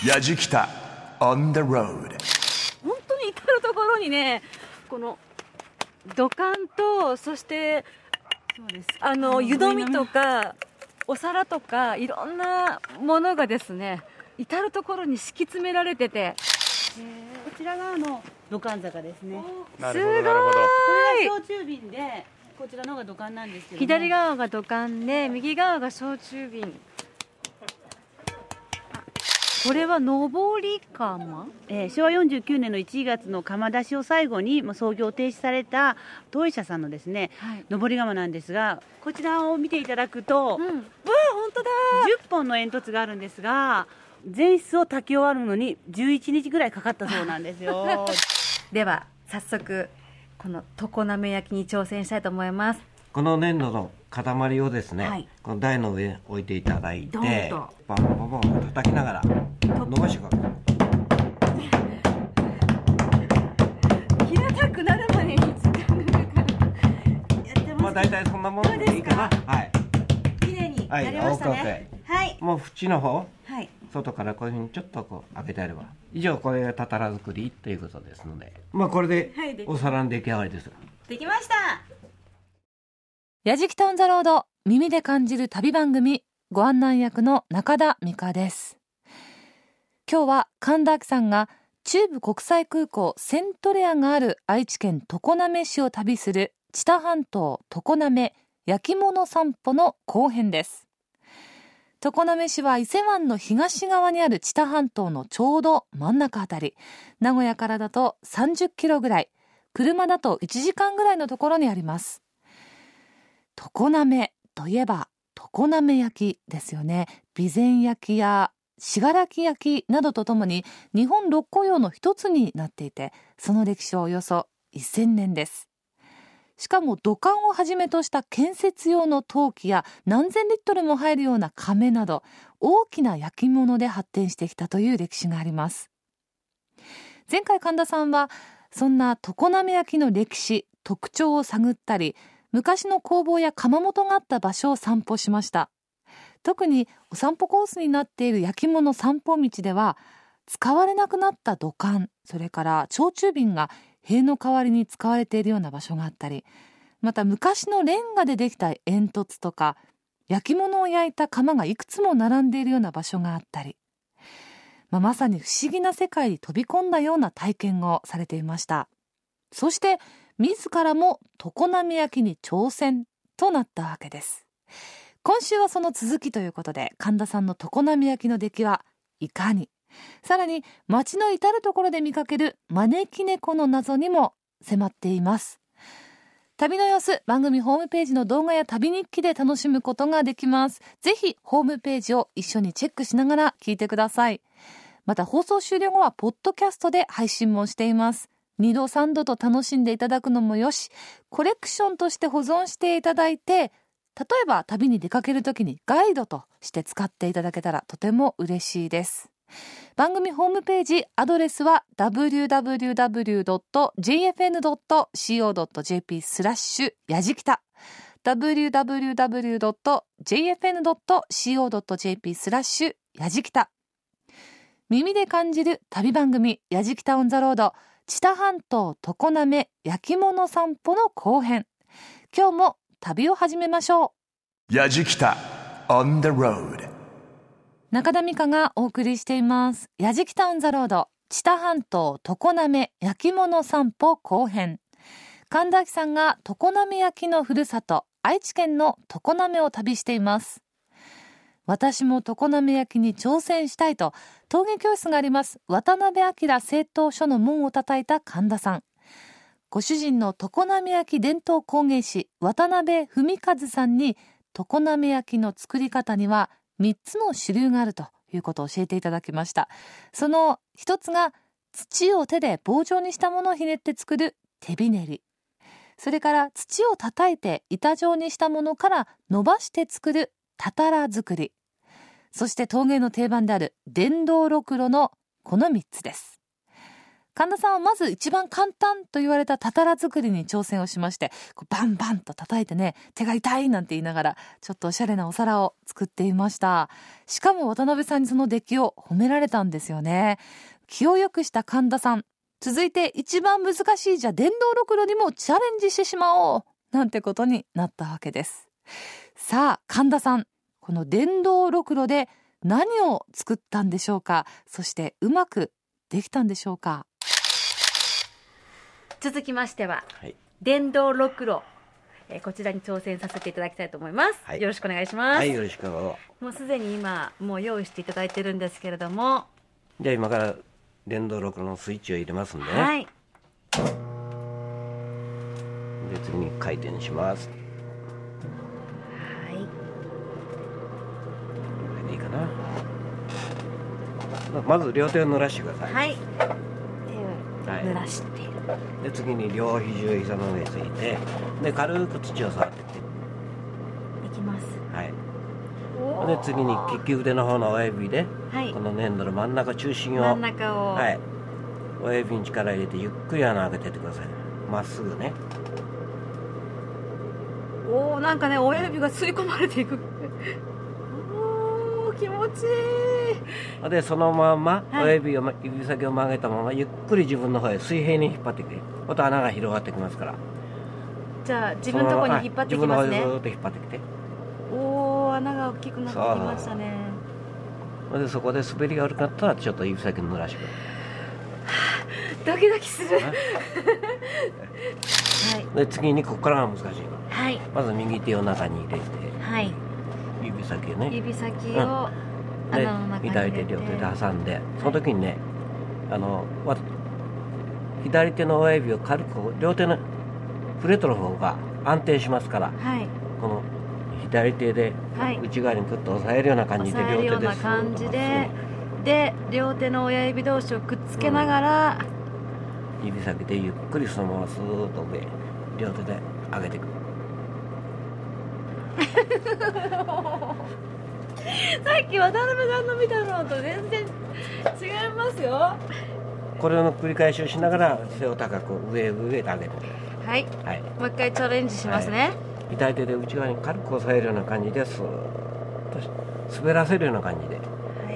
やじきた on the road。 本当に至るところにね、この土管と、そしてそうです。 湯飲みとかお皿とかいろんなものがですね、至るところに敷き詰められてて、 こちらが土管坂ですね。 すごい。 これが焼酎瓶で、こちらの方が土管なんですけども、 左側が土管で右側が焼酎瓶。これは上り窯、 昭和49年の1月の窯出しを最後に創業停止された当社さんのですね、上り窯なんですが、こちらを見ていただくと、 うわ本当だ、 10本の煙突があるんですが、全室を炊き終わるのに11日ぐらいかかったそうなんですよ。 では早速この常滑焼きに挑戦したいと思います。 この粘土の塊をですね、 はい、 この台の上に置いていただいて、 ドンとバンバンバン叩きながら伸ばしてください。 平たくなるまでに時間がかかる。やってます。 大体そんなものでいいかな。はい。 綺麗になりましたね。はい。 もう縁の方、 はい。 外からこういうふうにちょっとこう開けてあれば、以上これがたたら作りということですので、これでお皿の出来上がりです。 できました。 やじきたオンザロード、耳で感じる旅番組、ご案内役の中田美香です。今日は神田明さんが中部国際空港セントレアがある愛知県常滑市を旅する知多半島常滑焼き物散歩の後編です。常滑市は伊勢湾の東側にある知多半島のちょうど真ん中あたり、名古屋からだと30キロぐらい、車だと1時間ぐらいのところにあります。常滑といえば常滑焼きですよね。備前焼きや信楽焼きなどとともに日本六古窯の一つになっていて、その歴史はおよそ1000年です。しかも土管をはじめとした建設用の陶器や何千リットルも入るような甕など大きな焼き物で発展してきたという歴史があります。前回神田さんはそんな常滑焼きの歴史、特徴を探ったり、昔の工房や窯元があった場所を散歩しました。特にお散歩コースになっている焼き物散歩道では、使われなくなった土管、それから焼酎瓶が塀の代わりに使われているような場所があったり、また昔のレンガでできた煙突とか焼き物を焼いた窯がいくつも並んでいるような場所があったり、まさに不思議な世界に飛び込んだような体験をされていました。そして自らも常滑焼きに挑戦となったわけです。今週はその続きということで、神田さんの常滑焼きの出来はいかに、さらに街の至るところで見かける招き猫の謎にも迫っています。旅の様子、番組ホームページの動画や旅日記で楽しむことができます。ぜひホームページを一緒にチェックしながら聞いてください。また放送終了後はポッドキャストで配信もしています。2度3度と楽しんでいただくのもよし、コレクションとして保存していただいて、例えば旅に出かけるときにガイドとして使っていただけたらとても嬉しいです。番組ホームページアドレスは www.jfn.co.jp やじきた www.jfn.co.jp やじきた。耳で感じる旅番組やじきたオンザロード、知多半島常滑焼き物散歩の後編。今日も旅を始めましょう。 やじきた on the road。 中田美香がお送りしています。やじきたオンザロード、知多半島常滑焼き物散歩後編。神田明さんが常滑焼きのふるさと愛知県の常滑を旅しています。私も常滑焼きに挑戦したいと陶芸教室があります渡辺明製陶所の門を叩いた神田さん。ご主人の常滑焼き伝統工芸士渡辺文和さんに常滑焼きの作り方には3つの種類があるということを教えていただきました。その一つが土を手で棒状にしたものをひねって作る手びねり、それから土を叩いて板状にしたものから伸ばして作るたたら作り、そして陶芸の定番である電動ろくろのこの3つです。 神田さんはまず一番簡単と言われたたたら作りに挑戦をしまして、こうバンバンと叩いてね、手が痛いなんて言いながらちょっとおしゃれなお皿を作っていました。しかも渡辺さんにその出来を褒められたんですよね。気を良くした神田さん、続いて一番難しい電動ろくろにもチャレンジしてしまおうなんてことになったわけです。さあ神田さん、この電動ろくろで何を作ったんでしょうか。そしてうまくできたんでしょうか。 続きましては、 はい、 電動ろくろ、こちらに挑戦させていただきたいと思います、 はい、 よろしくお願いします。 はい、よろしく。もうすでに今もう用意していただいてるんですけれども、 じゃあ今から電動ろくろのスイッチを入れますんでね、 はい、 で次に回転します。 はい、 これでいいかな。まず両手を濡らしてください。 はい、手を濡らして、はい、 で次に両肘を膝の上について、で軽く土を触っていきます。 はい。で次に利き腕の方の親指で、 はい、 この粘土の真ん中中心を、 真ん中を、 はい、親指に力入れてゆっくり穴開けてってください。まっすぐね。 おー、なんかね、親指が吸い込まれていくおー、気持ちいい。 でそのまま親指を、指先を曲げたままゆっくり自分の方へ水平に引っ張ってきて、また穴が広がってきますから。 じゃあ自分のところに引っ張ってきますね。 自分の方へずっと引っ張ってきて、 おー、穴が大きくなってきましたね。 でそこで滑りが悪かったらちょっと指先濡らしてください。ドキドキするはい、 で次にここからが難しいの、 はい、 まず右手を中に入れて、 はい、 指先をね、 指先を穴の中に入れて、 左手両手で挟んで、その時にね、左手の親指を軽く両手のフレットの方が安定しますから、 はい、 この左手で内側にグッと押さえるような感じで、 両手で押さえるような感じで、両手の親指同士をくっつけながら、 指先でゆっくりそのままスーッと上、両手で上げていくさっき渡辺さんの見たのと全然違いますよ。 これの繰り返しをしながら背を高く上へ上へと上げて、 はい、はい、もう一回チャレンジしますね、はい、 左手で内側に軽く押さえるような感じでスーッと滑らせるような感じで、はい、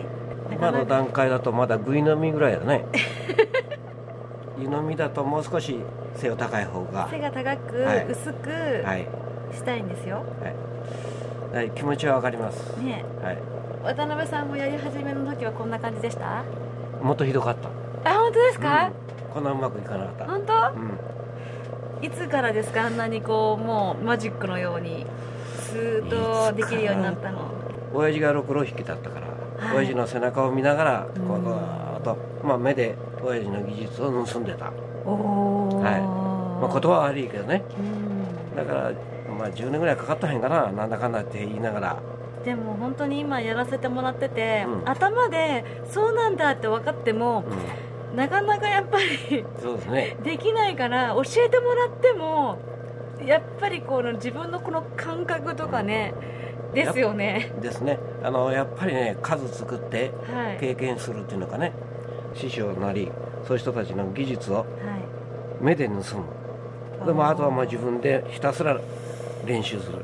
今の段階だとまだぐいのみぐらいだね湯飲みだともう少し背を高い方が、 背が高く、はい、薄くしたいんですよ、 はい、気持ちはわかりますね、はい、渡辺さんもやり始めの時はこんな感じでした？ もっとひどかった。 あ、本当ですか？ こんなうまくいかなかった。 本当？いつからですか、あんなにこうもうマジックのようにスーッとできるようになったの？ 親父がろくろ引きだったから、はい、親父の背中を見ながらこうと、目で親父の技術を盗んでた。 おー、 はい、言葉は悪いけどね、だから10年ぐらいかかったへんかな、なんだかんだって言いながら。 でも本当に今やらせてもらってて、頭でそうなんだって分かっても、なかなかやっぱりそうですね、 できないから教えてもらってもやっぱりこの自分のこの感覚とかね、ですよね。 ですね。やっぱりね、数作って経験するっていうのかね、師匠なりそういう人たちの技術を目で盗む、でもあとは自分でひたすら練習する。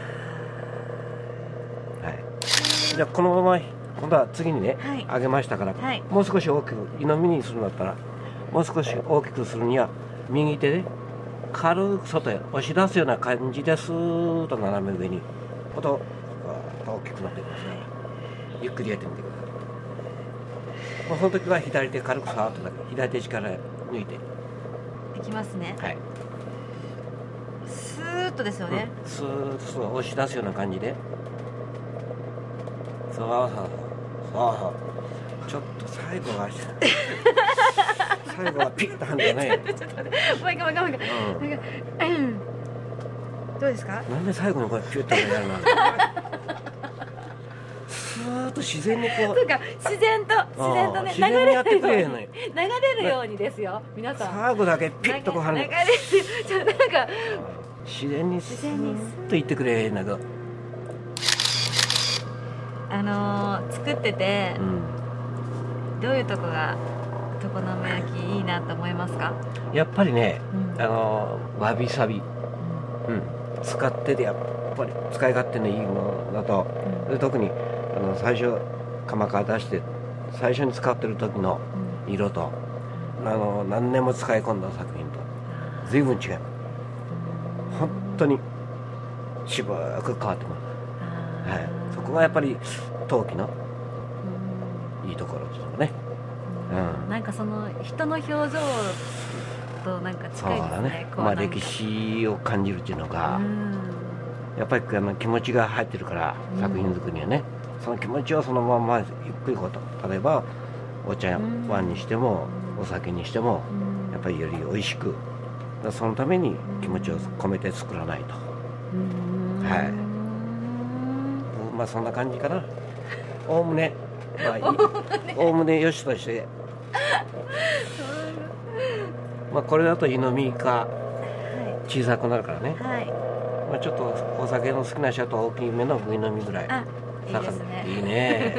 はい、じゃあこのまま今度は次にね、上げましたから、もう少し大きく湯飲みにするんだったら、もう少し大きくするには右手で軽く外へ押し出すような感じでスーッと斜め上にほど大きくなっていきますから、ゆっくりやってみてください。その時は左手軽く触っただけ、左手力抜いていきますね。はい、スーッとですよね、 スーッと押し出すような感じで、そうちょっと最後は最後はピッとはんだよね。 ちょっと待って、もう一回、どうですか？ なんで最後にこれピュッとやるの？スーッと自然にこう、 そうか、自然とね、 自然にやってくれへんのよ。 流れるようにですよ、皆さん。 最後だけピッとこうはんの。 流れる、ちょっとなんか自然にスーッと言ってくれへんだけど。作ってて、どういうとこが常滑焼きいいなと思いますか？ やっぱりね、わびさび、使っててやっぱり使い勝手のいいものだと、で特に最初釜から出して最初に使ってる時の色と、何年も使い込んだ作品と随分違う。本当に渋く変わってくる。そこがやっぱり陶器のいいところですよね。 なんかその人の表情となんか近いですね。そうだね。 歴史を感じるっていうのが、やっぱり気持ちが入ってるから作品作りにはね、その気持ちをそのままゆっくり例えばお茶碗にしてもお酒にしてもやっぱりより美味しく、そのために気持ちを込めて作らないと。そんな感じかな。おおむねよしとして、これだと湯飲みが小さくなるからね、ちょっとお酒の好きな人と大きめのぐい飲みぐらい。 いいですね。 いいね。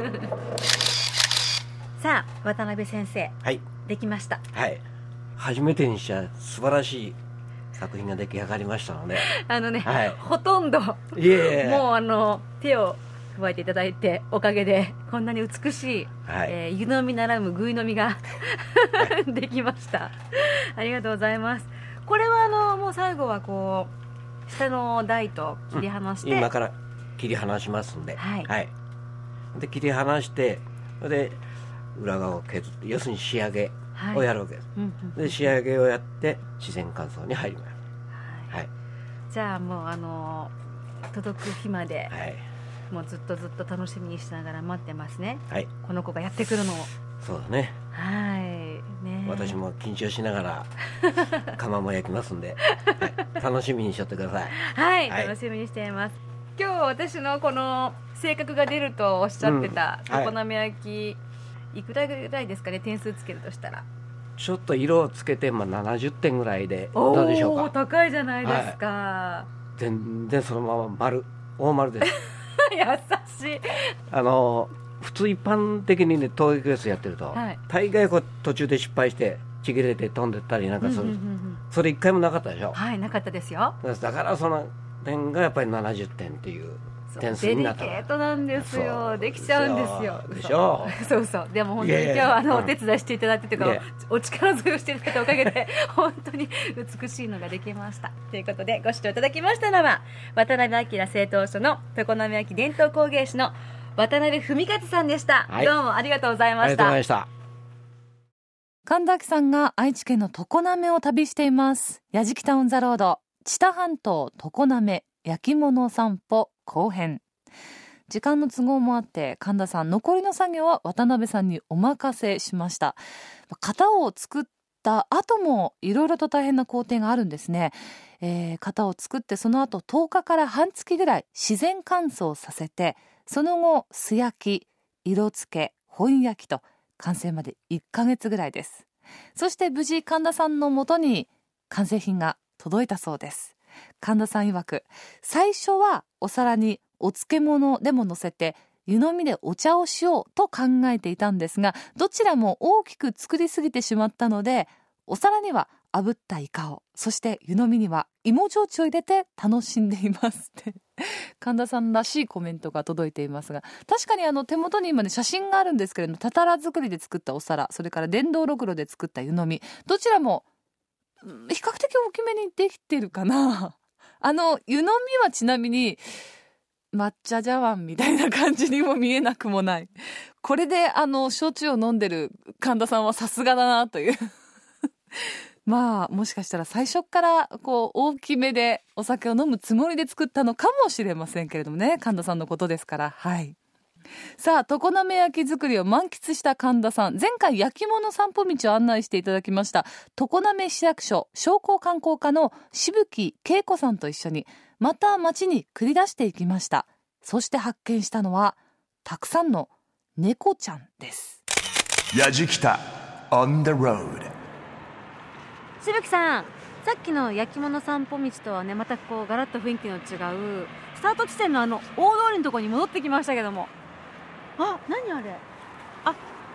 さあ渡辺先生、できました。 初めてにしちゃ素晴らしい作品が出来上がりましたので、 ほとんどもう手を加えていただいておかげでこんなに美しい、湯飲みならぬぐい飲みができました。ありがとうございます。これはもう最後はこう下の台と切り離して、 今から切り離しますんで、で切り離してで裏側を削って、要するに仕上げをやるわけです。で仕上げをやって自然乾燥に入ります。 じゃあもう届く日まで、もうずっと楽しみにしながら待ってますね。この子がやってくるのを。 そうだね。私も緊張しながら釜も焼きますんで、楽しみにしちゃってください。 楽しみにしています。今日私のこの性格が出るとおっしゃってた常滑焼き、いくらぐらいですかね、点数つけるとしたら。 ちょっと色をつけて、70点ぐらいでどうでしょうか。 おー、高いじゃないですか。 全然そのまま大丸です。 優しい。 普通一般的にね陶芸教室やってると、大概途中で失敗してちぎれて飛んでったりなんかする、それ一回もなかったでしょ。 なかったですよ。 だからその点がやっぱり70点っていう点数になった。 デリケートなんですよ。できちゃうんですよ。 でしょ。 そうでも本当に今日はお手伝いしていただいてというか、お力添えをしていただいたおかげで本当に美しいのができました。ということでご視聴いただきましたのは渡辺明製陶所の常滑焼伝統工芸士の渡辺文和さんでした。どうもありがとうございました。 ありがとうございました。 神田さんが愛知県の常滑を旅しています。やじきたオンザロード知多半島常滑焼き物散歩後編。時間の都合もあって神田さん残りの作業は渡辺さんにお任せしました。型を作った後もいろいろと大変な工程があるんですね。型を作ってその後10日から半月ぐらい自然乾燥させて、その後素焼き、色付け、本焼きと完成まで1ヶ月ぐらいです。そして無事神田さんの元に完成品が届いたそうです。神田さん曰く、最初はお皿にお漬物でも乗せて湯飲みでお茶をしようと考えていたんですが、どちらも大きく作りすぎてしまったので、お皿には炙ったイカを、そして湯飲みには芋焼酎を入れて楽しんでいますって神田さんらしいコメントが届いていますが、確かに手元に今ね写真があるんですけれども、たたら作りで作ったお皿、それから電動ろくろで作った湯飲み、どちらも比較的大きめにできてるかな。湯飲みはちなみに抹茶茶碗みたいな感じにも見えなくもない。これで焼酎を飲んでる神田さんはさすがだなというまあもしかしたら最初からこう大きめでお酒を飲むつもりで作ったのかもしれませんけれどもね、神田さんのことですから。はい。さあ常滑焼き作りを満喫した神田さん、前回焼き物散歩道を案内していただきました常滑市役所商工観光課の渋木恵子さんと一緒にまた街に繰り出していきました。そして発見したのはたくさんの猫ちゃんです。 やじきた on the road。 渋木さん、さっきの焼き物散歩道とはね、またこうガラッと雰囲気の違うスタート地点の大通りのところに戻ってきましたけども、何あれ。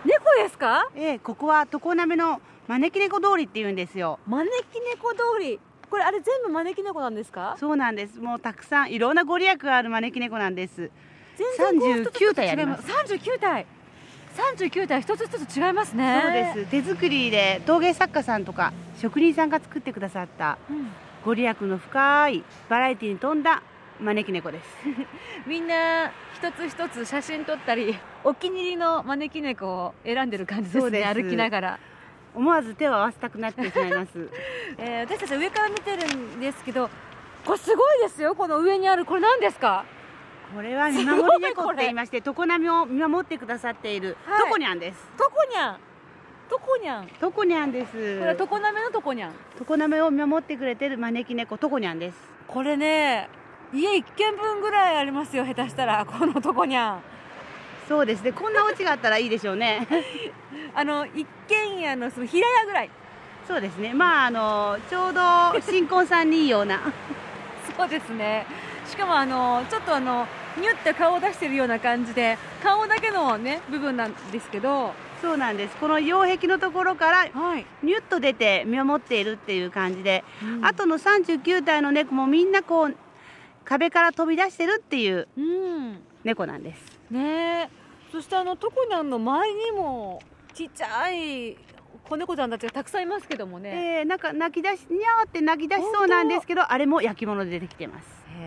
猫ですか？ ここは常滑の招き猫通りっていうんですよ。 招き猫通り、これあれ全部招き猫なんですか？ そうなんです。もうたくさんいろんなご利益がある招き猫なんです。 全然 39体あります。 39体一つ一つ違いますね。 そうです。手作りで陶芸作家さんとか職人さんが作ってくださった、ご利益の深いバラエティに富んだ招き猫ですみんな一つ一つ写真撮ったり、お気に入りの招き猫を選んでる感じですね。歩きながら思わず手を合わせたくなってしまいます、 私たち上から見てるんですけど、これすごいですよ。この上にあるこれ何ですか？ これは見守り猫って言いまして、常滑を見守ってくださっているトコニャンです。 トコニャンです。これは常滑のトコニャン。 常滑を見守ってくれてる招き猫トコニャンです。 これね、家1軒分ぐらいありますよ、下手したらこのトコニャン。 そうですね、こんなお家があったらいいでしょうね一軒家のその平屋ぐらい。 そうですね、まあちょうど新婚さんにいいようなそうですね。しかもちょっとニュッて顔を出してるような感じで、顔だけのね部分なんですけど。 そうなんです。この擁壁のところからニュッと出て見守っているっていう感じで、あとの39体の猫もみんなこう壁から飛び出してるっていう猫なんです、 ね。そしてトコニャンの周りにもちっちゃい子猫ちゃんたちがたくさんいますけどもね、 なんか泣き出しにゃーって泣き出しそうなんですけど、あれも焼き物で出てきてます。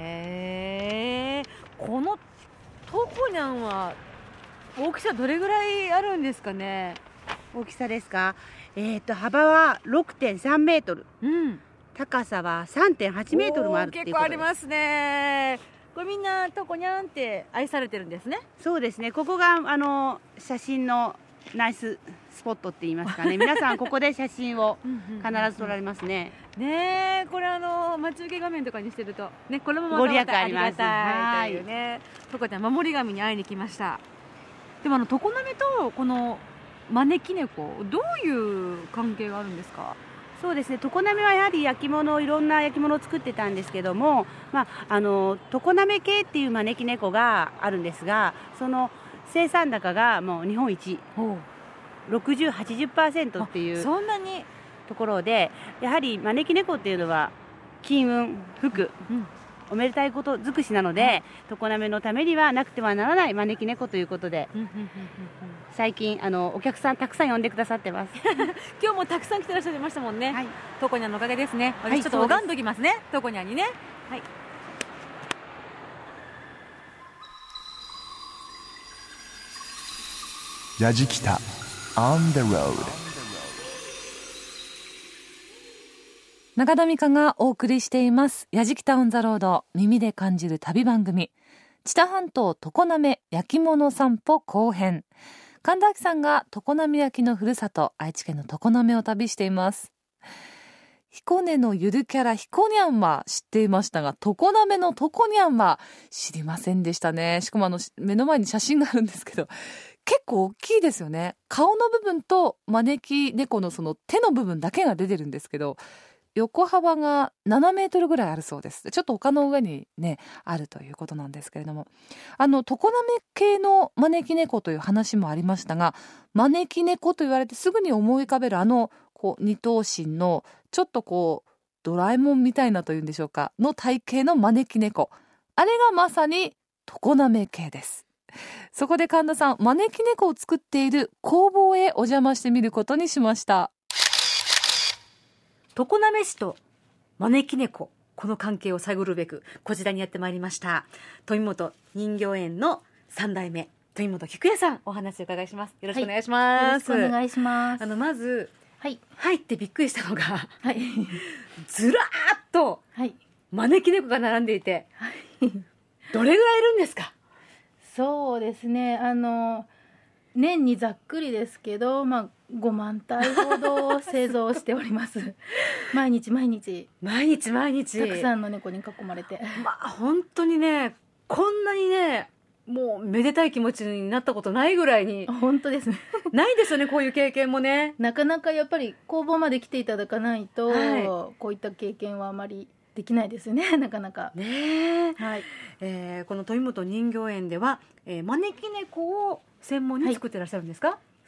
このトコニャンは大きさどれぐらいあるんですかね？ 大きさですか？幅は 6.3 メートル、高さは 3.8 メートルもあるっていうことです。結構ありますね。これみんなトコニャンって愛されてるんですね。 そうですね。ここが写真のナイススポットって言いますかね皆さんここで写真を必ず撮られますね。 ねえ、これ待ち受け画面とかにしてるとね、これもまご利益あります。 はい、というね、トコちゃん守り神に会いに来ました。でも常滑とこの招き猫、どういう関係があるんですか？ そうですね、常滑はやはり焼き物、いろんな焼き物を作ってたんですけども、常滑系っていう招き猫があるんですが、その生産高がもう日本一 60-80% っていうそんなにところで、やはり招き猫っていうのは金運、福、おめでたいこと尽くしなので、常滑のためにはなくてはならない招き猫ということで、最近お客さんたくさん呼んでくださってます今日もたくさん来てらっしゃいましたもんね。トコニャンのおかげですね。私ちょっと拝んどきますね、トコニャンにね。はい。 やじきた On the road。 中田美香がお送りしていますやじきたオンザロード、耳で感じる旅番組、知多半島常滑焼き物散歩後編。神田明さんが常滑焼のふるさと愛知県の常滑を旅しています。彦根のゆるキャラひこにゃんは知っていましたが、常滑のとこにゃんは知りませんでしたね。しかも目の前に写真があるんですけど、結構大きいですよね。顔の部分と招き猫のその手の部分だけが出てるんですけど、横幅が7メートルぐらいあるそうです。ちょっと丘の上にねあるということなんですけれども、常滑系の招き猫という話もありましたが、招き猫と言われてすぐに思い浮かべるこう二頭身のちょっとこうドラえもんみたいなというんでしょうかの体型の招き猫、あれがまさに常滑系です。そこで神田さん、招き猫を作っている工房へお邪魔してみることにしました。 常滑市と招き猫、この関係を探るべくこちらにやってまいりました。富本人形園の3代目富本菊也さん、お話を伺いします。よろしくお願いします。 よろしくお願いします。 まず、入ってびっくりしたのが、ずらーっと招き猫が並んでいて、どれぐらいいるんですか？ そうですね、年にざっくりですけど、5万体ほど製造しております毎日たくさんの猫に囲まれて、 本当にね、こんなにね、もうめでたい気持ちになったことないぐらいに。 本当ですねないですよね、こういう経験もね。 なかなかやっぱり工房まで来ていただかないと、こういった経験はあまりできないですよね、なかなかね。この富本人形園では、招き猫を専門に作ってらっしゃるんですか？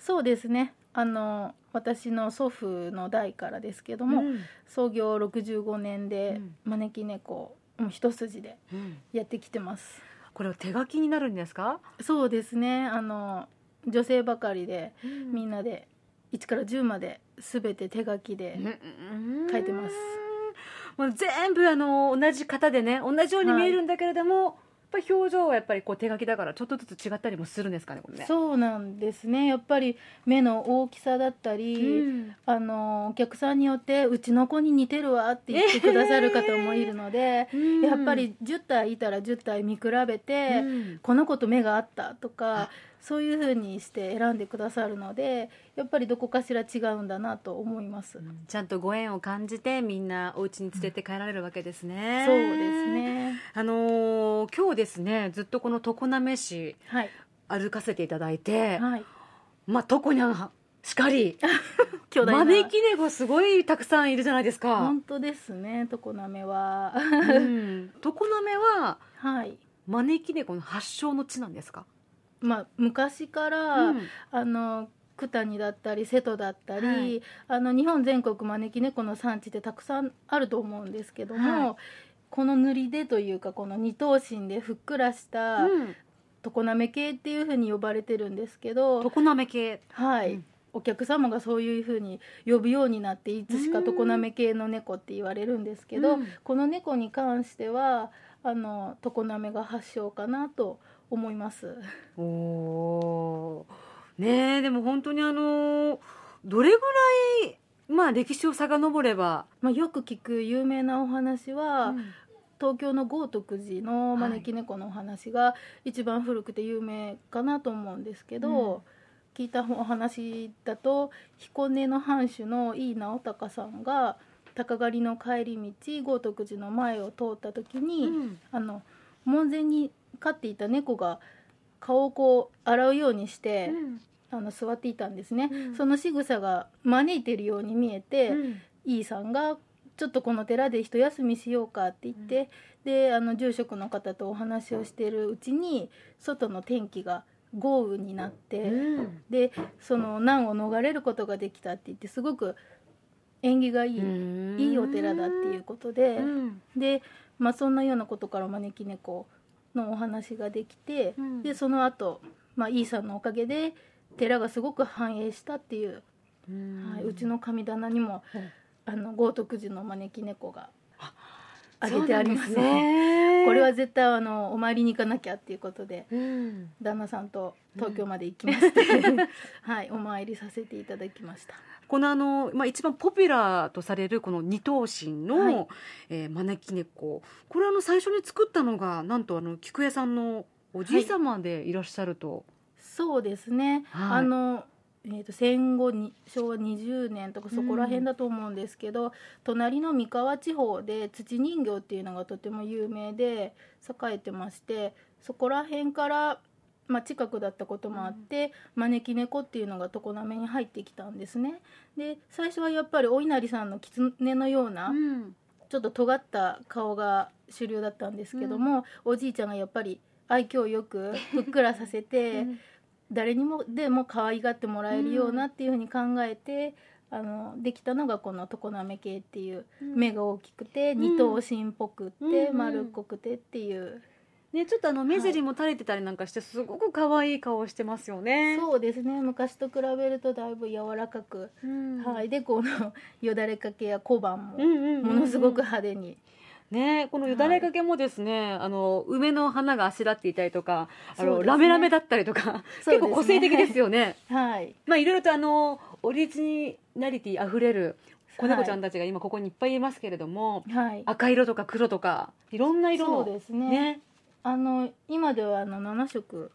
そうですね、私の祖父の代からですけども、創業65年で招き猫一筋でやってきてます。 これは手書きになるんですか？ そうですね、女性ばかりで、みんなで1から10まで全て手書きで書いてます。 もう全部同じ型でね、同じように見えるんだけれども、やっぱり表情はやっぱりこう手書きだからちょっとずつ違ったりもするんですかね、これね。 そうなんですね、やっぱり目の大きさだったり、お客さんによってうちの子に似てるわって言ってくださる方もいるので、やっぱり10体いたら10体見比べて、この子と目が合ったとか、そういう風にして選んでくださるので、やっぱりどこかしら違うんだなと思います。 ちゃんとご縁を感じてみんなお家に連れて帰られるわけですね。 そうですね。 今日ですね、ずっとこの常滑市、歩かせていただいて、常にゃんしかり招き猫すごいたくさんいるじゃないですか。 本当ですね、常滑は常滑は、招き猫の発祥の地なんですか？ 昔から、九谷だったり瀬戸だったり、日本全国招き猫の産地ってたくさんあると思うんですけども、この塗りでというか、この二頭身でふっくらした常滑系っていう風に呼ばれてるんですけど、 常滑系、 お客様がそういう風に呼ぶようになって、いつしか常滑系の猫って言われるんですけど、この猫に関しては常滑が発祥かなと思います。 ねえ、でも本当にどれぐらい、歴史を遡れば、 よく聞く有名なお話は、東京の豪徳寺の招き猫のお話が一番古くて有名かなと思うんですけど、聞いたお話だと、彦根の藩主の井伊直孝さんが鷹狩りの帰り道、豪徳寺の前を通った時に、門前に飼っていた猫が顔をこう洗うようにして、座っていたんですね。その仕草が招いているように見えて、井伊さんがちょっとこの寺で一休みしようかって言って、で住職の方とお話をしているうちに、外の天気が豪雨になって、でその難を逃れることができたって言って、すごく縁起がいいお寺だっていうことで、でそんなようなことから招き猫のお話ができて、でその後、井伊さんのおかげで寺がすごく繁栄したっていう、うちの神棚にも豪徳寺の招き猫があげてありますね。これは絶対お参りに行かなきゃっていうことで、旦那さんと東京まで行きまして、お参りさせていただきました。 この一番ポピュラーとされるこの二頭身の、招き猫、これ最初に作ったのがなんと菊江さんのおじい様でいらっしゃると。 そうですね、戦後に昭和20年とかそこら辺だと思うんですけど、隣の三河地方で土人形っていうのがとても有名で栄えてまして、そこら辺から近くだったこともあって、招き猫っていうのが常滑に入ってきたんですね。で最初はやっぱりお稲荷さんの狐のような、ちょっと尖った顔が主流だったんですけども、おじいちゃんがやっぱり愛嬌よくふっくらさせて、誰にもでも可愛がってもらえるようなっていうふうに考えて、できたのがこの常滑系っていう、目が大きくて二頭身っぽくって丸っこくてっていう、 ちょっと目尻も垂れてたりなんかして、すごく可愛い顔してますよね。 そうですね、昔と比べるとだいぶ柔らかく、でこのよだれかけや小判もものすごく派手に、 このよだれかけもですね、梅の花があしらっていたりとか、ラメラメだったりとか、結構個性的ですよね。いろいろとオリジナリティあふれる子猫ちゃんたちが今ここにいっぱいいますけれども、赤色とか黒とかいろんな色の、 そうですね、今では7色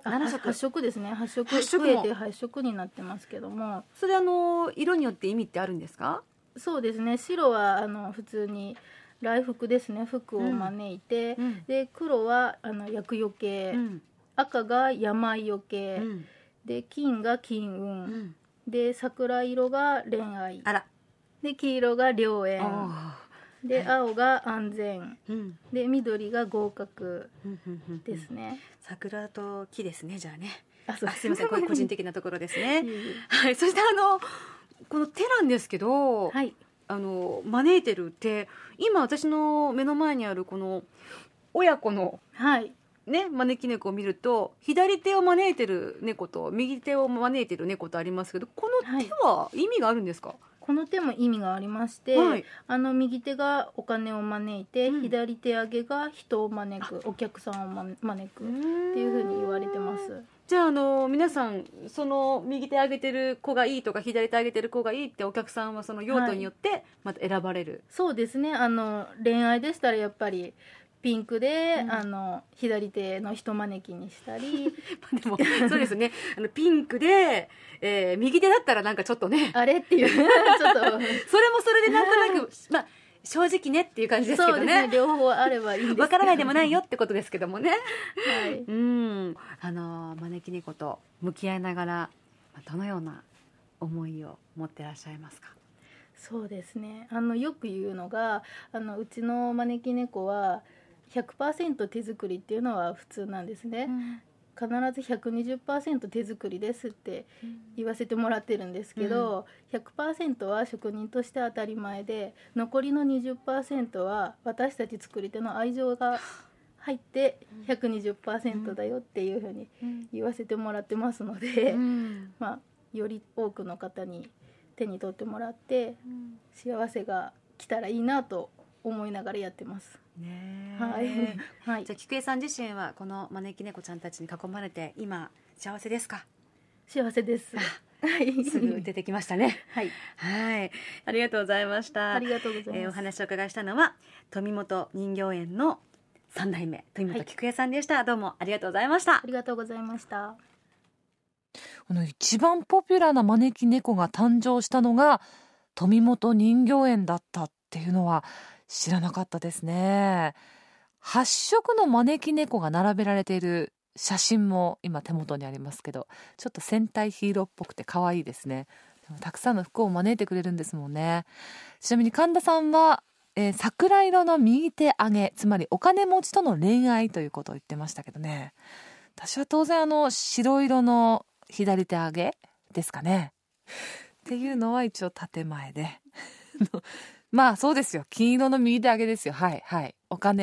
8色ですね、8色増えて8色になってますけども、 それ色によって意味ってあるんですか？ そうですね、白は普通に来福ですね、福を招いて、で黒は厄除け、赤が病除け、で金が金運、で桜色が恋愛、で黄色が良縁、で青が安全、で緑が合格ですね。 桜と木ですね、じゃあね。 すいません、これ個人的なところですねはい、そしてこの手なんですけど、はい、招いてる手、今私の目の前にあるこの親子の、はいね、招き猫を見ると、左手を招いてる猫と右手を招いてる猫とありますけど、この手は意味があるんですか？ この手も意味がありまして、はい、右手がお金を招いて、左手上げが人を招く、お客さんを招くっていうふうに言われてます。 じゃあ、皆さんその右手上げてる子がいいとか左手上げてる子がいいってお客さんはその用途によってまた選ばれる、はい、 そうですね。恋愛でしたらやっぱりピンクで、左手の人招きにしたりでもそうですね、ピンクで、右手だったらなんかちょっとねあれっていうちょっとそれもそれでなんとなくまあ正直ねっていう感じですけど ね、 そうですね、 両方あればいいんですわからないでもないよってことですけどもね、 はい、 招き猫と向き合いながらどのような思いを持ってらっしゃいますか？ そうですね、よく言うのがうちの招き猫は100% 手作りっていうのは普通なんですね、必ず 120% 手作りですって言わせてもらってるんですけど、100% は職人として当たり前で、残りの 20% は私たち作り手の愛情が入って 120% だよっていうふうに言わせてもらってますので、より多くの方に手に取ってもらって幸せが来たらいいなと思いながらやってますね。 はいはい、 じゃあ菊江さん自身はこの招き猫ちゃんたちに囲まれて今幸せですか？ 幸せです。 すぐ出てきましたねはい、 はい、ありがとうございました。 ありがとうございます。 お話を伺いしたのは富本人形園の3代目富本菊江さんでした、どうもありがとうございました。 ありがとうございました。 一番ポピュラーな招き猫が誕生したのが富本人形園だったっていうのは知らなかったですね。8色の招き猫が並べられている写真も今手元にありますけど、ちょっと戦隊ヒーローっぽくて可愛いですね。でもたくさんの服を招いてくれるんですもんね。ちなみに神田さんは、桜色の右手上げ、つまりお金持ちとの恋愛ということを言ってましたけどね、私は当然白色の左手上げですかねっていうのは一応建前でまあそうですよ、金色の右手上げですよ。はいはい、お金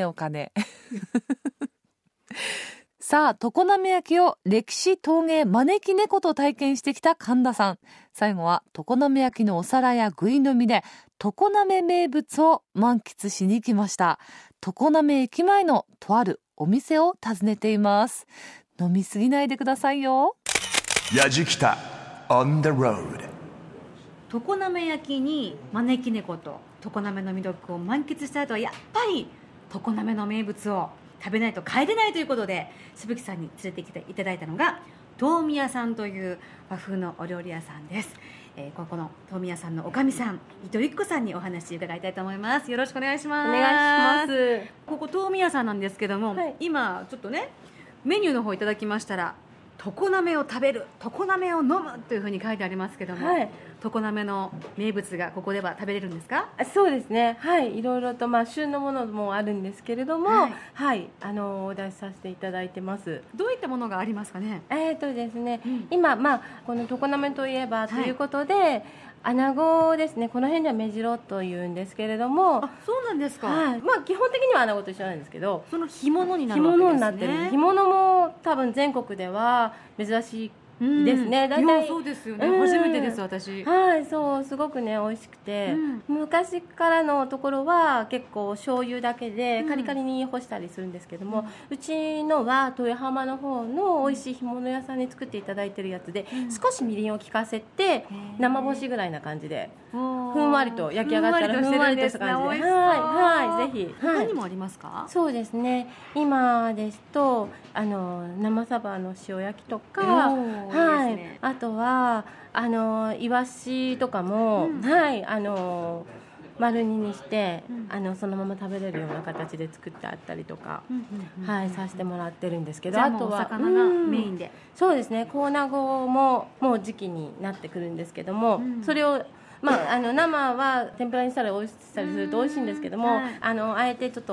さあ、常滑焼を歴史陶芸招き猫と体験してきた神田さん、最後は常滑焼のお皿やぐい飲みで常滑名物を満喫しに行きました。常滑駅前のとあるお店を訪ねています。飲みすぎないでくださいよ。 やじきた on the road。 常滑焼に招き猫と常滑の魅力を満喫した後はやっぱり常滑の名物を食べないと帰れないということで、鈴木さんに連れてきていただいたのが東宮さんという和風のお料理屋さんです。ここの東宮さんのおかみさん伊藤由紀子さんにお話伺いたいと思います。よろしくお願いします。 お願いします。 ここ東宮さんなんですけども、今ちょっとねメニューの方いただきましたら、常滑を食べる、常滑を飲むというふうに書いてありますけども、常滑の名物がここでは食べれるんですか？ そうですね、はい、いろいろと旬のものもあるんですけれども、お出しさせていただいてます。 どういったものがありますかね？ ですね、今、この常滑といえばということで、穴子ですね、この辺では目白というんですけれども。 あ、そうなんですか。 基本的には穴子と一緒なんですけど、 その干物になるわけですね。 干物になってる。干物も多分全国では珍しいですね。 大体そうですよね、初めてです私。 そう、すごくね美味しくて、昔からのところは結構醤油だけでカリカリに干したりするんですけども、うちのは豊浜の方の美味しい干物屋さんに作っていただいてるやつで、少しみりんを効かせて生干しぐらいな感じでふんわりと焼き上がったらふんわりとした感じで、ぜひ。 他にもありますか？ そうですね、今ですと生サバの塩焼きとか、あとはイワシとかも、丸煮にして、そのまま食べれるような形で作ってあったりとか、させてもらってるんですけど、 あとはお魚がメインで。 そうですね、コーナゴももう時期になってくるんですけども、それを生は天ぷらにしたら美味しさりすると美味しいんですけども、あえてちょっと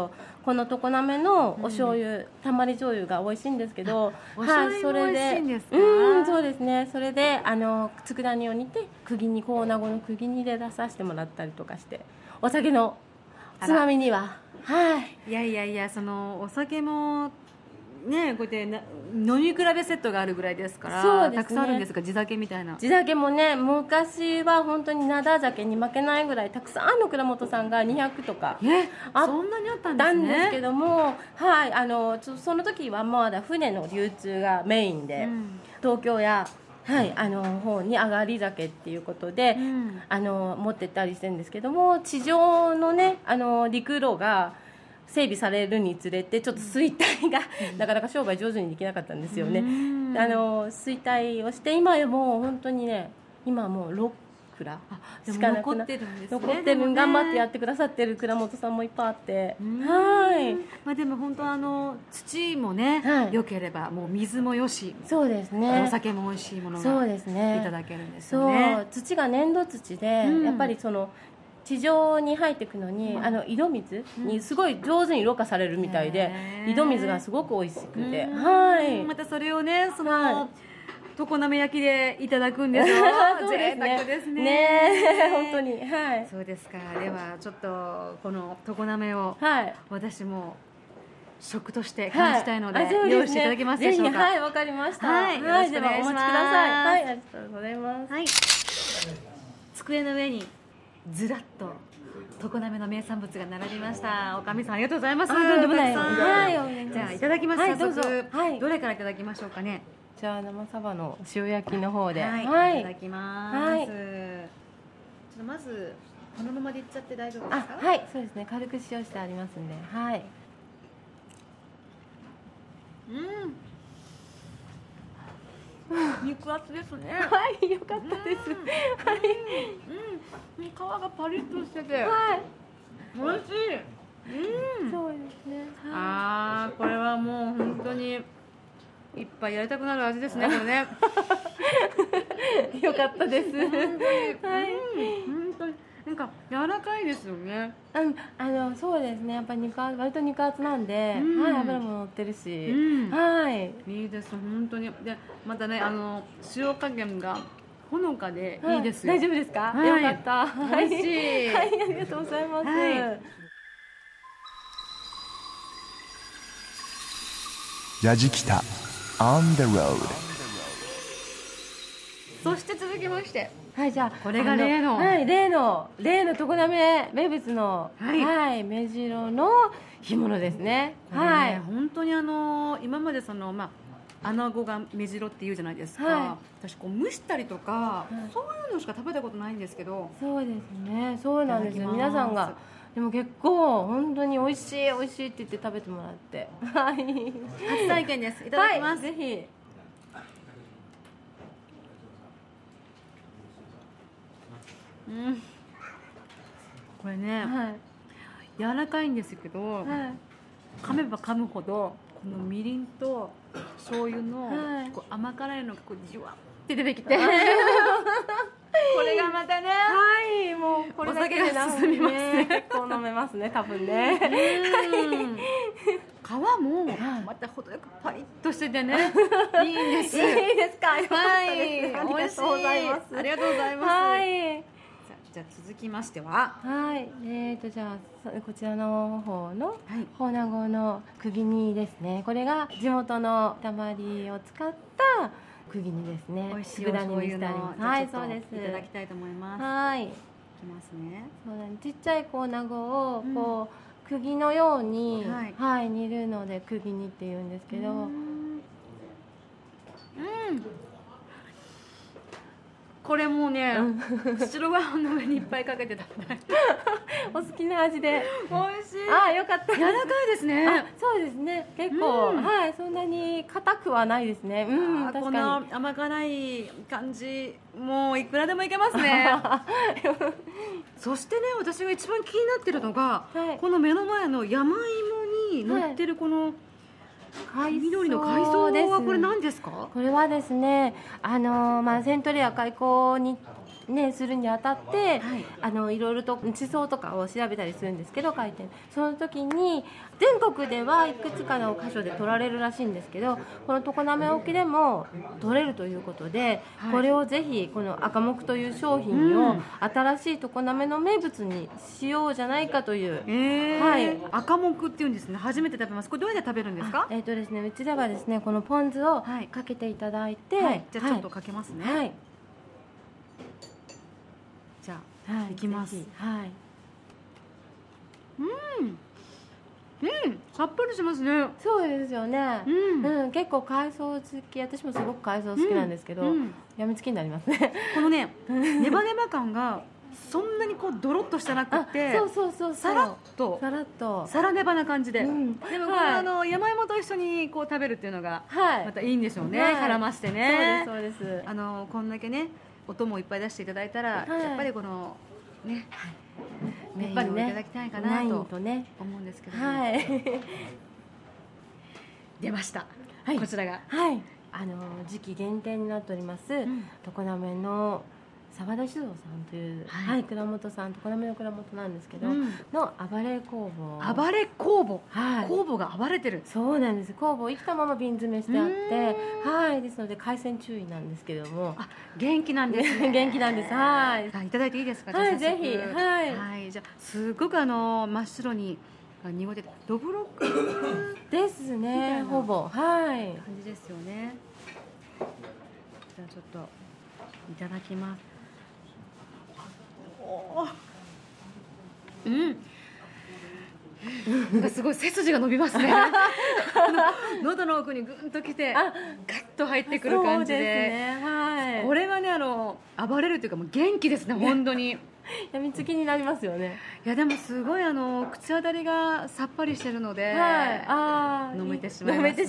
この常滑のお醤油、たまり醤油が美味しいんですけど、 お醤油も美味しいんですか？ そうですね。それで佃煮を煮て釘にコーナゴの釘煮で出させてもらったりとかして、お酒のつまみには、 いやいやいや、そのお酒もね、こうやって飲み比べセットがあるぐらいですから、 そうですね、 たくさんあるんですか？地酒みたいな。 地酒もね、昔は本当に灘酒に負けないぐらいたくさんの蔵元さんが200とかそんなにあったんですね。 んですけども、その時はまだ船の流通がメインで、東京や方に上がり酒っていうことで、持ってったりしてるんですけども、地上のね陸路が整備されるにつれてちょっと衰退が、なかなか商売上手にできなかったんですよね。衰退をして、今やもう本当にね、今はもう6蔵しかなくなってるんですね。残ってる、頑張ってやってくださってる蔵元さんもいっぱいあって、 でも本当土もね、良ければもう水もよし、 そうですね、 お酒も美味しいものがいただけるんですよね。 そう、土が粘土土で、やっぱりその地上に入っていくのに、井戸水にすごい上手にろ過されるみたいで、井戸水がすごく美味しくて、 またそれをね、その常滑焼きでいただくんですよ。贅沢ですね。 本当に。 そうですか。ではちょっとこの常滑を私も食として感じたいので、用意していただけますでしょうか？ はい、わかりました。ではお待ちください。ありがとうございます。 机の上にずらっと常滑の名産物が並びました。おかみさんありがとうございます。 とんでもない。 じゃあいただきます。早速どれからいただきましょうかね。 じゃあ生サバの塩焼きの方で、いただきます。ちょっとまずこのままでいっちゃって大丈夫ですか？ はい、そうですね。軽く塩してありますんで、 肉厚ですね。 よかったです。 皮がパリッとしてて、美味しい。 そうですね。 これはもう本当にいっぱいやりたくなる味ですね、これね。 よかったです。 本当になんか柔らかいですよね。 そうですね。やっぱり割と肉厚なんで、油も乗ってるし、 いいです本当に。でまたね、塩加減がほのかでいいですよ。 大丈夫ですか？よかった。 美味しい。 ありがとうございます。 やじきた On the road。 そして続きまして、 じゃあこれが例の常滑名物の目白の干物ですね。 本当に今までその穴子が目白っていうじゃないですか。私こう蒸したりとか、そういうのしか食べたことないんですけど。 そうですね。そうなんですよ。皆さんがでも結構本当に美味しいって言って食べてもらって、 初体験です。いただきます。 ぜひ。 これね、柔らかいんですけど、噛めば噛むほどこのみりんと醤油のこう甘辛いのがこうじわって出てきて、これがまたね、 もうこれだけで進みますね。結構飲めますね、多分ね。 皮もまた程よくパリッとしててね、いいんです。 いいですか？よかったです。 ありがとうございます。ありがとうございます。じゃあ続きましては、 じゃあこちらの方の宝名子の釘煮ですね。これが地元のたまりを使った釘煮ですね。 美味しいお醤油の、 そうです。 いただきたいと思います。いきますね。 ちっちゃい宝名子をこう釘のように煮るので釘煮って言うんですけど。 これもうね、白ご飯の上にいっぱいかけて食べたい。 お好きな味で美味しい。 よかった。 柔らかいですね。 そうですね。結構そんなに硬くはないですね。 この甘辛い感じ、もういくらでもいけますね。そしてね、私が一番気になってるのが、この目の前の山芋に乗ってるこの緑の海藻はこれ何ですか？ これはですね、セントレア開口にするにあたって、いろいろと地層とかを調べたりするんですけど、回転その時に全国ではいくつかの箇所で取られるらしいんですけど、この常滑沖でも取れるということで、これをぜひこの赤木という商品を新しい常滑の名物にしようじゃないかという、 赤木っていうんですね。初めて食べます。これどうやって食べるんですか？ ですね、うちではですね、このポン酢をかけていただいて、 じゃあちょっとかけますね。じゃあ、いきます。さっぱりしますね。 そうですよね。結構海藻好き、私もすごく海藻好きなんですけど、やみつきになりますね。 このね、ネバネバ感がそんなにこうドロッとしてなくて、さらっとサラネバな感じで、でもこれ山芋と一緒にこう食べるっていうのがまたいいんでしょうね。絡ましてね。 そうです。 こんだけね。音もいっぱい出していただいたら、やっぱりこのね、やっぱりいただきたいかなと思うんですけど、出ました。こちらが時期限定になっております、常滑の沢田酒造さんという、蔵元さん、常滑の蔵元なんですけど、の暴れ酵母。 暴れ酵母、酵母が暴れてる。 そうなんです。酵母を生きたまま瓶詰めしてあって、ですので海鮮注意なんですけども、 元気なんですね。 元気なんです。いただいていいですか？ ぜひ。 じゃあすごく真っ白に濁ってどぶろくですね。ほぼ感じですよね。じゃあちょっといただきます。なんかすごい背筋が伸びますね。喉の奥にグンときてガッと入ってくる感じで、これがね暴れるというかもう元気ですね。本当にやみつきになりますよね。 いやでもすごい口当たりがさっぱりしてるので、飲めてしまいました。よかったです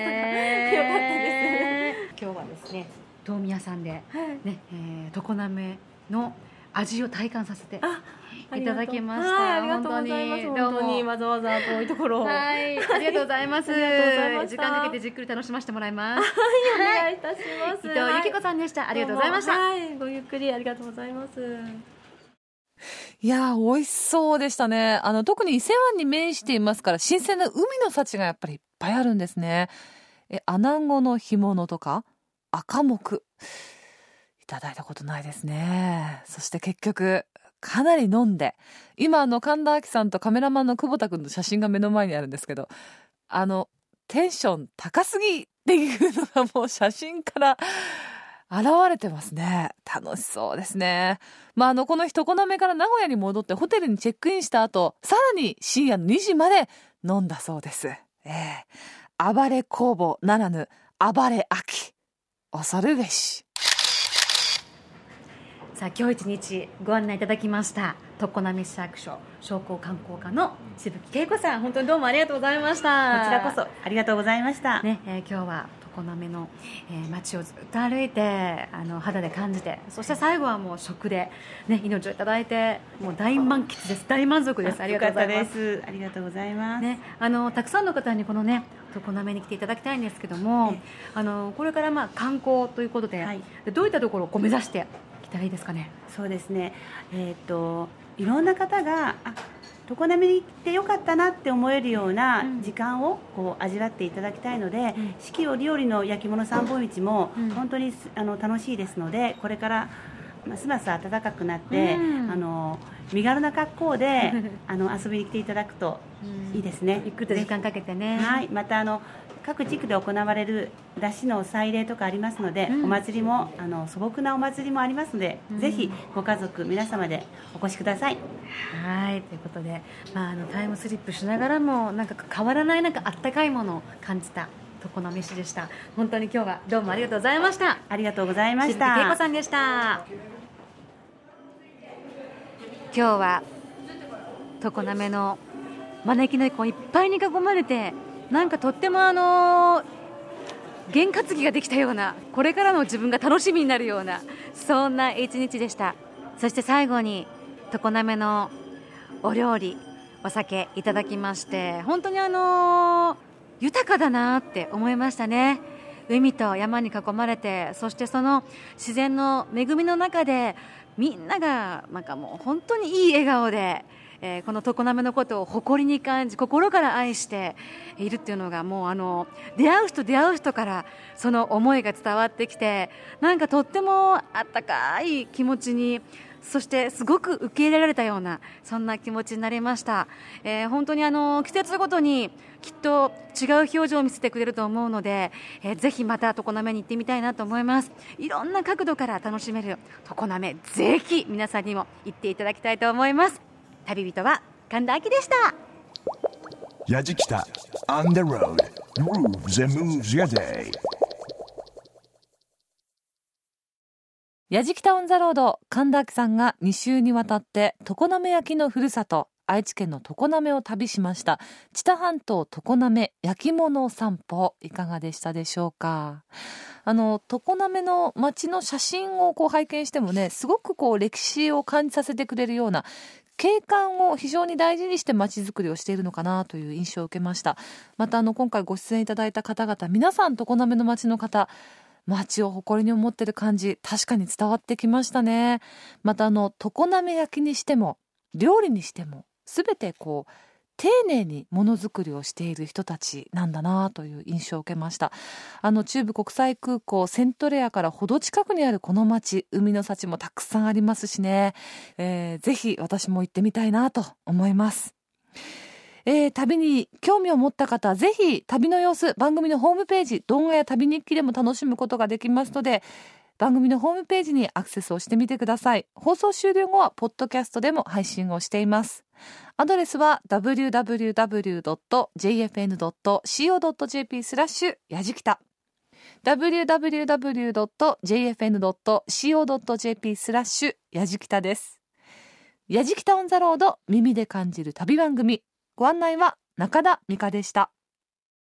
ね。今日はですね、東宮さんで常滑の味を体感させていただきました。 ありがとうございます。本当にわざわざ遠いところを、 ありがとうございます。時間かけてじっくり楽しませてもらいます。 お願いいたします。 伊藤由紀子さんでした。ありがとうございました。 ごゆっくりありがとうございます。 いやー、美味しそうでしたね。特に伊勢湾に面していますから新鮮な海の幸がやっぱりいっぱいあるんですね。穴子の干物とか赤木いただいたことないですね。そして結局かなり飲んで、今神田明さんとカメラマンの久保田君の写真が目の前にあるんですけど、テンション高すぎっていうのがもう写真から現れてますね。楽しそうですね。この日常滑から名古屋に戻ってホテルにチェックインした後、さらに深夜の2時まで飲んだそうです。暴れ酵母ならぬ暴れ秋、恐るべし。 さあ今日一日ご案内いただきました常滑市役所商工観光課のしぶき恵子さん、本当にどうもありがとうございました。 こちらこそありがとうございました。 今日は常滑の、街をずっと歩いて肌で感じて、そして最後はもう食で、命をいただいて、もう大満喫です。大満足です。ありがとうございます。 ありがとうございます。 たくさんの方にこの常滑に来ていただきたいんですけども、これから観光ということで、どういったところを目指していたらいいですかね？ そうですね、いろんな方が常滑に来てよかったなって思えるような時間を味わっていただきたいので、四季折々の焼き物三本市も本当に楽しいですので、これからますます暖かくなって、身軽な格好で遊びに来ていただくといいですね。 ゆっくりと時間かけてね。 また各地区で行われる出汁の祭礼とかありますので、お祭りも素朴なお祭りもありますので、ぜひご家族皆様でお越しください。 ということで、タイムスリップしながらも変わらないあったかいものを感じた常滑市でした。本当に今日はどうもありがとうございました。 ありがとうございました。 しぶき恵子さんでした。今日は常滑の招き猫いっぱいに囲まれて、とっても験担ぎができたような、これからの自分が楽しみになるような、そんな一日でした。そして最後に常滑のお料理、お酒いただきまして、本当に豊かだなって思いましたね。海と山に囲まれて、そしてその自然の恵みの中でみんながなんかもう本当にいい笑顔で、この常滑のことを誇りに感じ、心から愛しているっていうのが、もう出会う人からその思いが伝わってきて、なんかとってもあったかい気持ちに、そしてすごく受け入れられたような、そんな気持ちになりました。本当に季節ごとにきっと違う表情を見せてくれると思うので、ぜひまた常滑に行ってみたいなと思います。いろんな角度から楽しめる常滑、ぜひ皆さんにも行っていただきたいと思います。旅人は神田明でした。 やじきた On the road Grooves and moves your day。 やじきたオンザロード、神田明さんが2週にわたって常滑焼のふるさと愛知県の常滑を旅しました。知多半島常滑焼き物散歩、いかがでしたでしょうか。常滑の街の写真を拝見してもね、すごく歴史を感じさせてくれるような、景観を非常に大事にして街づくりをしているのかなという印象を受けました。また今回ご出演いただいた方々、皆さん常滑の街の方、街を誇りに思ってる感じ、確かに伝わってきましたね。また常滑焼きにしても料理にしても、すべて丁寧にものづくりをしている人たちなんだなという印象を受けました。中部国際空港セントレアからほど近くにあるこの街、海の幸もたくさんありますしね、ぜひ私も行ってみたいなと思います。旅に興味を持った方はぜひ旅の様子、番組のホームページ、動画や旅日記でも楽しむことができますので、番組のホームページにアクセスをしてみてください。放送終了後はポッドキャストでも配信をしています。アドレスは www.jfn.co.jp やじきた www.jfn.co.jp やじきたです。やじきたオンザロード、耳で感じる旅番組、ご案内は中田美香でした。